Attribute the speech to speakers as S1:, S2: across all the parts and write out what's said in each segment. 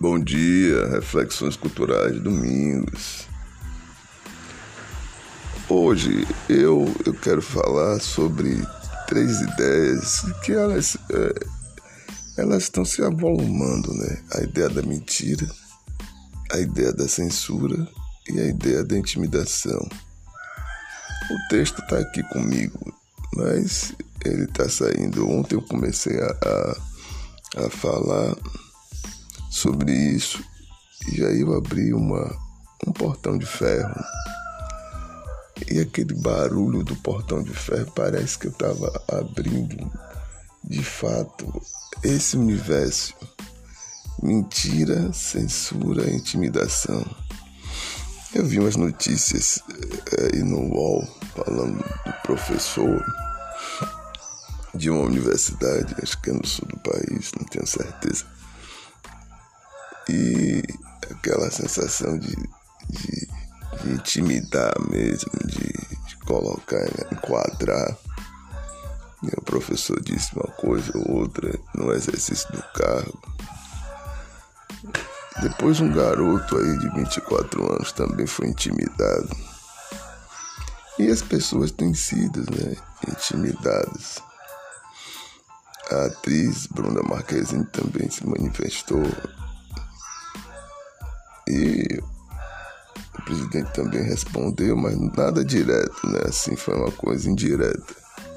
S1: Bom dia, Reflexões Culturais de Domingos. Hoje eu quero falar sobre 3 ideias que elas estão se avolumando, né? A ideia da mentira, a ideia da censura e a ideia da intimidação. O texto está aqui comigo, mas ele está saindo. Ontem eu comecei a falar sobre isso e aí eu abri um portão de ferro e aquele barulho do portão de ferro parece que eu estava abrindo de fato esse universo: mentira, censura, intimidação. Eu vi umas notícias aí no UOL falando do professor de uma universidade, acho que é no sul do país, não tenho certeza. E aquela sensação de intimidar mesmo, de colocar, enquadrar. E o professor disse uma coisa ou outra no exercício do cargo. Depois um garoto aí de 24 anos também foi intimidado. E as pessoas têm sido, né, intimidadas. A atriz Bruna Marquezine também se manifestou. E o presidente também respondeu, mas nada direto, né? Assim, foi uma coisa indireta.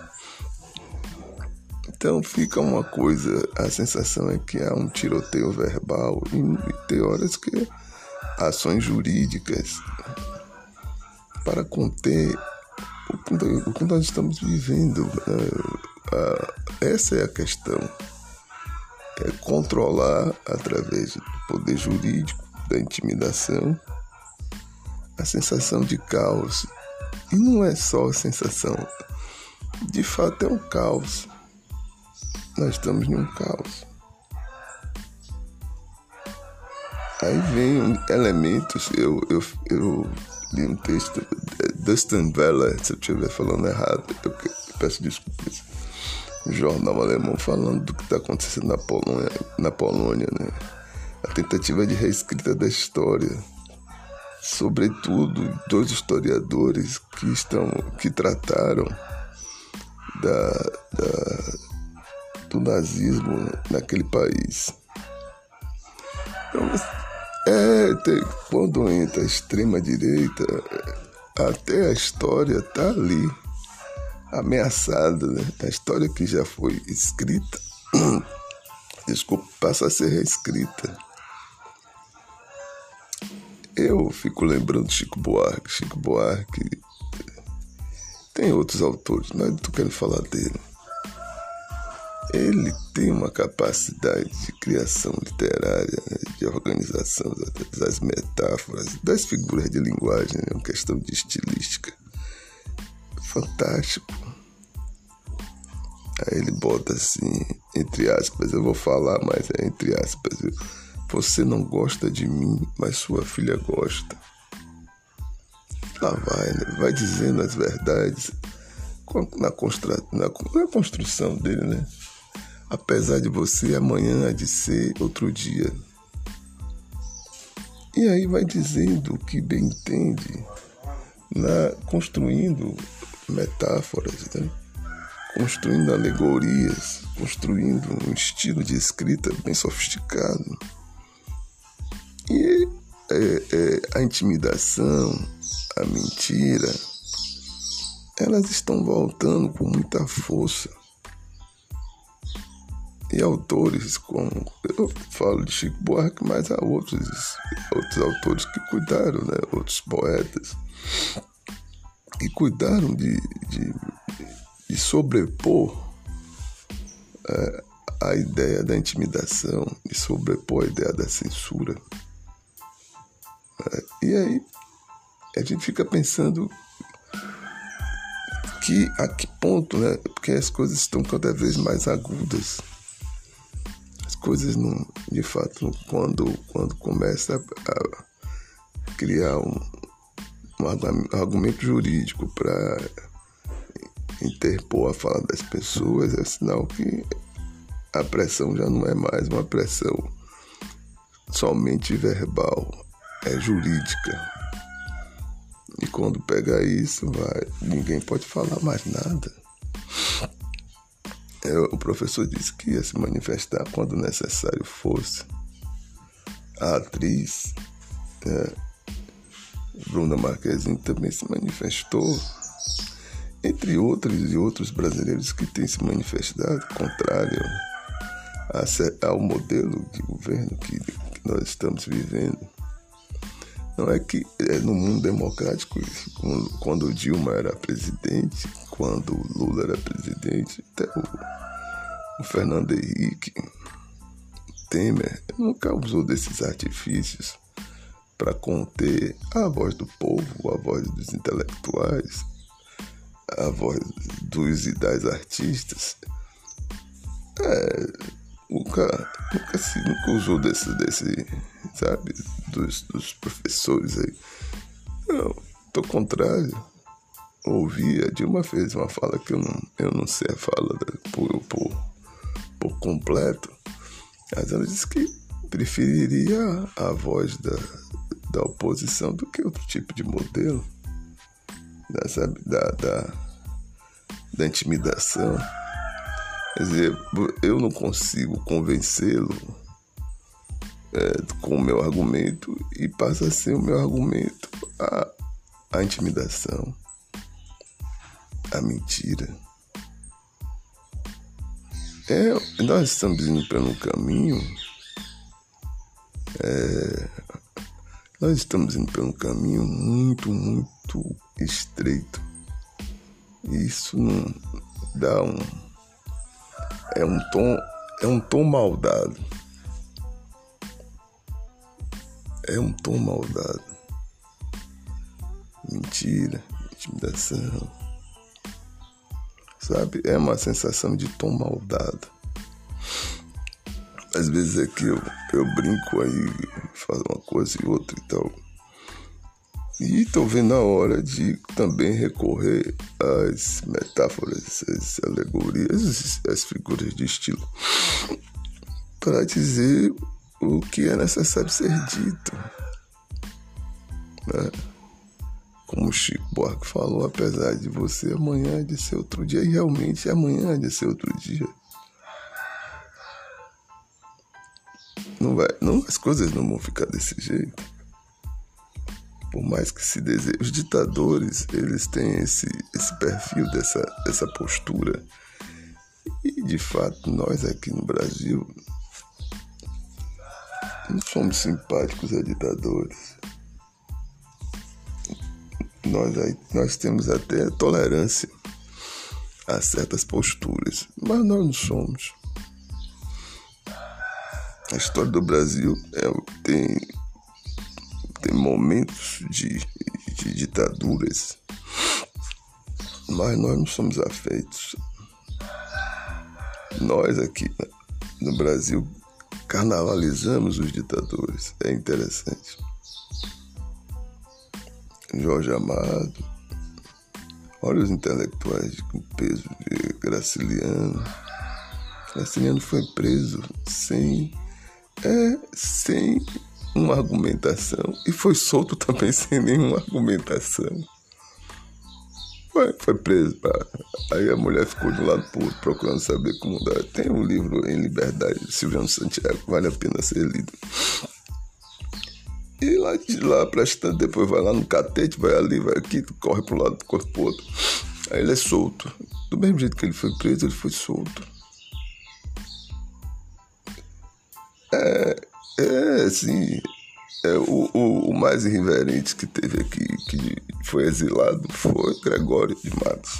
S1: Então fica uma coisa, a sensação é que há um tiroteio verbal e tem horas que ações jurídicas para conter o que nós estamos vivendo. Essa é a questão. É controlar através do poder jurídico, da intimidação, a sensação de caos. E não é só a sensação, de fato é um caos. Nós estamos em um caos. Aí vem elementos, eu li um texto, Dustin Weller, se eu estiver falando errado, eu peço desculpas, um jornal alemão falando do que está acontecendo na Polônia, né? A tentativa de reescrita da história, sobretudo 2 historiadores que trataram do nazismo naquele país. Então, quando entra a extrema-direita, até a história está ali, ameaçada, né? A história que já foi escrita, passa a ser reescrita. Eu fico lembrando de Chico Buarque. Chico Buarque tem outros autores, mas não estou querendo falar dele. Ele tem uma capacidade de criação literária, né, de organização das metáforas, das figuras de linguagem, né, uma questão de estilística. Fantástico. Aí ele bota assim, entre aspas, eu vou falar, mas é entre aspas, viu? Você não gosta de mim, mas sua filha gosta. Lá vai, né? Vai dizendo as verdades na construção dele, né? Apesar de você, amanhã há de ser outro dia. E aí vai dizendo o que bem entende, construindo metáforas, né? Construindo alegorias, construindo um estilo de escrita bem sofisticado. E a intimidação, a mentira, elas estão voltando com muita força. E autores como, eu falo de Chico Buarque, mas há outros autores que cuidaram, né? Outros poetas que cuidaram de sobrepor a ideia da intimidação, de sobrepor a ideia da censura. E aí a gente fica pensando a que ponto, né? Porque as coisas estão cada vez mais agudas. As coisas, não, de fato, quando começa a criar um argumento jurídico para interpor a fala das pessoas, é sinal que a pressão já não é mais uma pressão somente verbal, é jurídica. E quando pegar isso, ninguém pode falar mais nada. O professor disse que ia se manifestar quando necessário fosse. A atriz, Bruna Marquezine, também se manifestou, entre outros e outros brasileiros que têm se manifestado contrário ao modelo de governo que nós estamos vivendo. Não é que no mundo democrático, quando Dilma era presidente, quando Lula era presidente, até o Fernando Henrique, Temer, nunca usou desses artifícios para conter a voz do povo, a voz dos intelectuais, a voz dos e das artistas. Nunca usou desse sabe, dos professores aí. Não, tô contrário. Ouvi, a Dilma fez uma fala que eu não sei a fala por completo, mas ela disse que preferiria a voz da oposição do que outro tipo de modelo, sabe, da intimidação. Quer dizer, eu não consigo convencê-lo com o meu argumento e passa a ser o meu argumento a intimidação, a mentira. Nós estamos indo para um caminho muito, muito estreito. Isso não dá é um tom maldado. É um tom maldado. Mentira, intimidação. Sabe? É uma sensação de tom maldado. Às vezes é que eu brinco aí, faço uma coisa e outra e tal. E estou vendo a hora de também recorrer às metáforas, às alegorias, às figuras de estilo, para dizer o que é necessário ser dito. Né? Como Chico Buarque falou, apesar de você, amanhã é de ser outro dia, e realmente amanhã é de ser outro dia. As coisas não vão ficar desse jeito. Por mais que se deseje, os ditadores, eles têm esse perfil dessa postura. E, de fato, nós aqui no Brasil não somos simpáticos a ditadores. Nós temos até tolerância a certas posturas, mas nós não somos. A história do Brasil tem momentos de ditaduras, mas nós não somos afeitos. Nós aqui no Brasil carnavalizamos os ditadores. É interessante. Jorge Amado, olha os intelectuais com peso de Graciliano. Graciliano foi preso sem uma argumentação e foi solto também sem nenhuma argumentação. Foi preso. Aí a mulher ficou de um lado pro outro procurando saber como dar. Tem um livro Em Liberdade de Silviano Santiago, vale a pena ser lido. E lá prestando, depois vai lá no catete, vai ali, vai aqui, corre para um lado, corre pro outro. Aí ele é solto. Do mesmo jeito que ele foi preso, ele foi solto. Assim, o mais irreverente que teve aqui, que foi exilado, foi Gregório de Matos.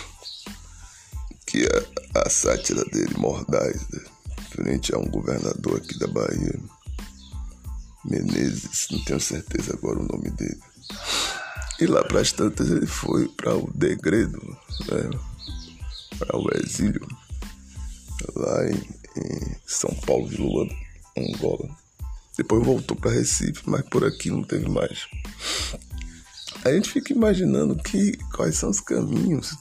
S1: Que a sátira dele, mordaz, né, frente a um governador aqui da Bahia, Menezes, não tenho certeza agora o nome dele. E lá para as tantas ele foi para o degredo, né, para o exílio, lá em São Paulo de Luanda, Angola. Depois voltou para Recife, mas por aqui não teve mais. A gente fica imaginando quais são os caminhos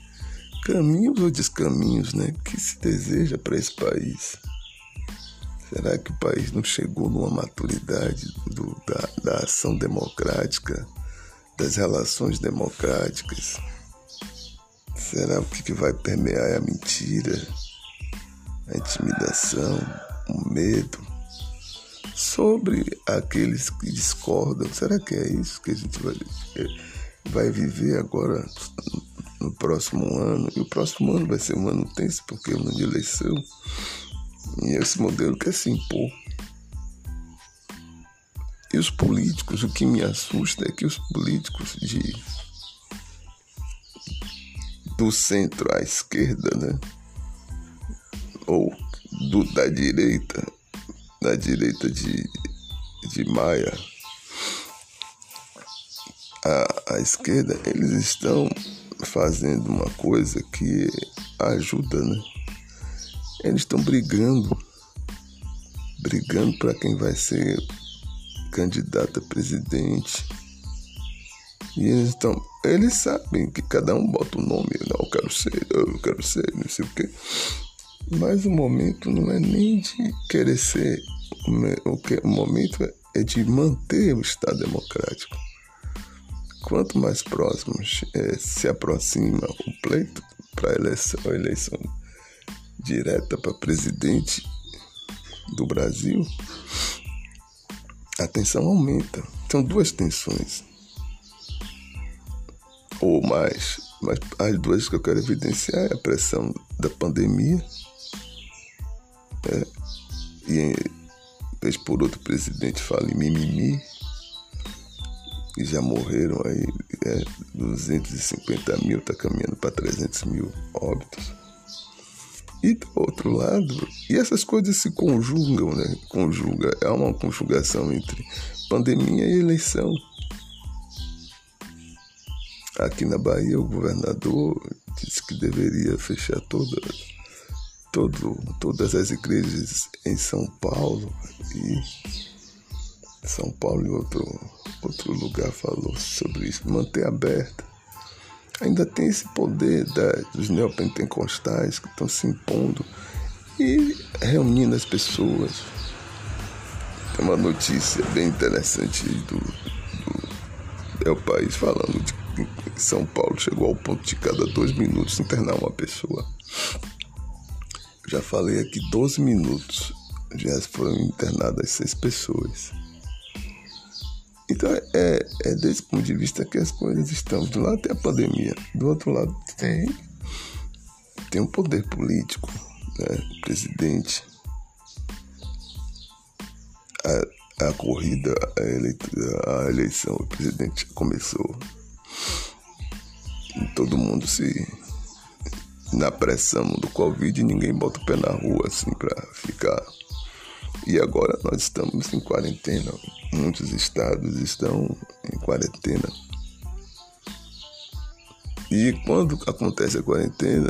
S1: ou descaminhos, né, que se deseja para esse país. Será que o país não chegou numa maturidade da ação democrática, das relações democráticas? Será o que vai permear é a mentira, a intimidação, o medo? Sobre aqueles que discordam, será que é isso que a gente vai viver agora no próximo ano? E o próximo ano vai ser um ano tenso, porque é um ano de eleição. E esse modelo quer se impor. E os políticos, o que me assusta é que os políticos do centro à esquerda, né? Ou da direita de Maia à esquerda, eles estão fazendo uma coisa que ajuda, né? Eles estão brigando para quem vai ser candidato a presidente. E eles sabem que cada um bota o nome, não, eu quero ser, não sei o quê. Mas o momento não é nem de querer ser, o momento é de manter o Estado democrático. Quanto mais próximos se aproxima o pleito para a eleição direta para presidente do Brasil, a tensão aumenta. São duas tensões, ou mais, mas as duas que eu quero evidenciar é a pressão da pandemia, e vez por outro o presidente fala em mimimi, e já morreram aí 250 mil, está caminhando para 300 mil óbitos. E do outro lado, e essas coisas se conjugam, né? É uma conjugação entre pandemia e eleição. Aqui na Bahia, o governador disse que deveria fechar todas as igrejas em São Paulo. E São Paulo e outro lugar falou sobre isso, manter aberta. Ainda tem esse poder dos neopentecostais que estão se impondo e reunindo as pessoas. Tem uma notícia bem interessante do El País falando de que São Paulo chegou ao ponto de cada 2 minutos internar uma pessoa. Já falei aqui 12 minutos, já foram internadas 6 pessoas. Então é desse ponto de vista que as coisas estão. Do lado tem a pandemia, do outro lado tem um poder político, né? O presidente, a corrida, a eleição, o presidente já começou. Todo mundo na pressão do Covid, ninguém bota o pé na rua assim para ficar. E agora nós estamos em quarentena. Muitos estados estão em quarentena. E quando acontece a quarentena,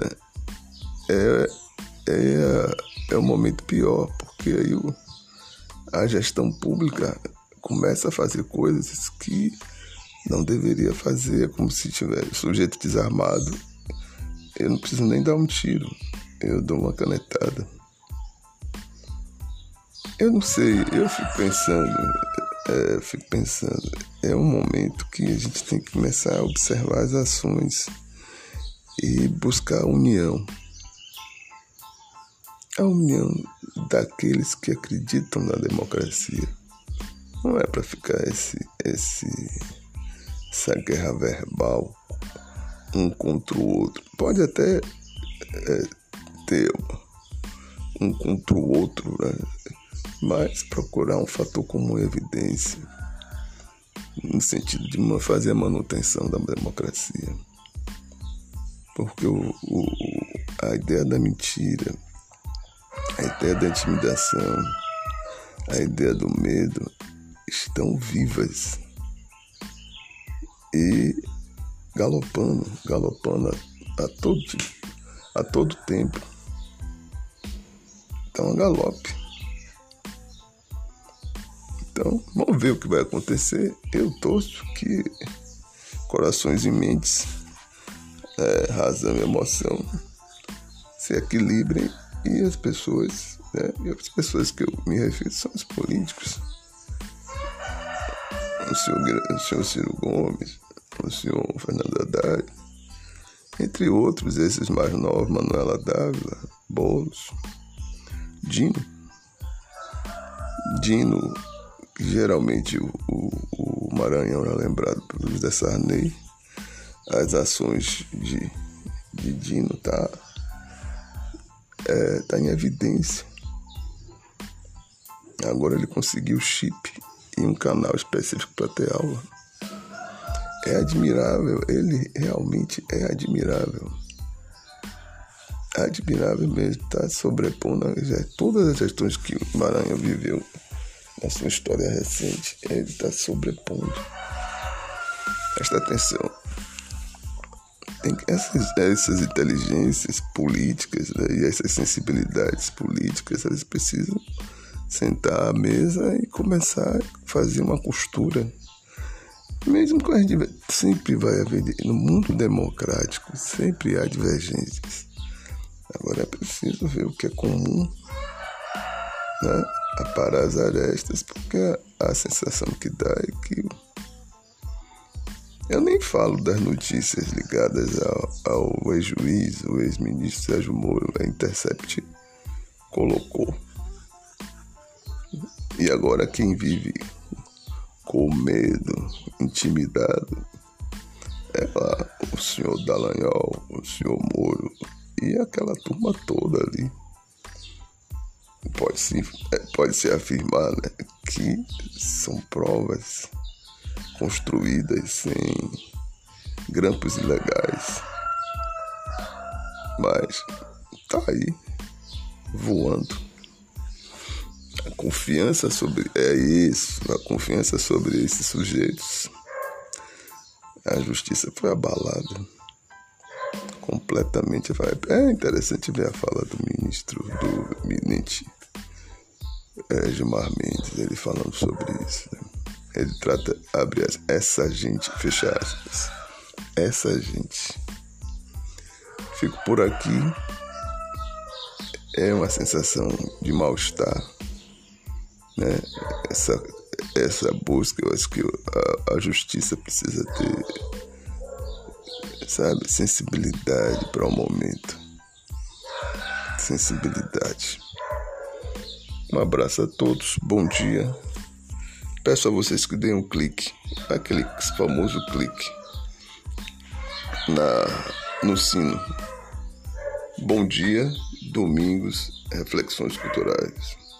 S1: é o momento pior, porque aí a gestão pública começa a fazer coisas que não deveria fazer, como se tivesse sujeito desarmado. Eu não preciso nem dar um tiro, eu dou uma canetada. Eu não sei, eu fico pensando, é um momento que a gente tem que começar a observar as ações e buscar a união. A união daqueles que acreditam na democracia. Não é para ficar essa guerra verbal um contra o outro. Pode até ter um contra o outro, né? Mas procurar um fator comum e evidência no sentido de fazer a manutenção da democracia. Porque a ideia da mentira, a ideia da intimidação, a ideia do medo estão vivas e galopando a todo tempo. Então, a galope. Então, vamos ver o que vai acontecer. Eu torço que corações e mentes, razão e emoção se equilibrem E as pessoas, né? E as pessoas que eu me refiro são os políticos. O senhor Ciro Gomes, o senhor Fernando Haddad, entre outros, esses mais novos, Manuela Dávila, Boulos, Dino, que geralmente o Maranhão é lembrado por José Sarney. As ações de Dino tá em evidência. Agora ele conseguiu chip e um canal específico para ter aula. É admirável, ele realmente é admirável. Admirável mesmo, está sobrepondo todas as questões que o Maranhão viveu na sua história recente. Ele está sobrepondo. Presta atenção. Essas inteligências políticas, né, e essas sensibilidades políticas, elas precisam sentar à mesa e começar a fazer uma costura. Mesmo que sempre vai haver, no mundo democrático, sempre há divergências. Agora é preciso ver o que é comum, né? Aparar as arestas, porque a sensação que dá é que eu nem falo das notícias ligadas ao ex-juiz, o ex-ministro Sérgio Moro, a Intercept colocou. E agora quem vive com medo, intimidado, é lá o senhor Dallagnol, o senhor Moro e aquela turma toda ali. Pode-se afirmar, né, que são provas construídas sem grampos ilegais, mas tá aí voando. A confiança sobre esses sujeitos, a justiça foi abalada completamente. É interessante ver a fala do ministro, do eminente Gilmar Mendes, ele falando sobre isso, né? Ele trata, abre aspas, essa gente, fecha aspas, essa gente. Fico por aqui. É uma sensação de mal-estar, né? Essa busca, eu acho que a justiça precisa ter, sabe, sensibilidade para o momento. Sensibilidade. Um abraço a todos, bom dia. Peço a vocês que deem um clique, aquele famoso clique no sino. Bom dia, domingos, reflexões culturais.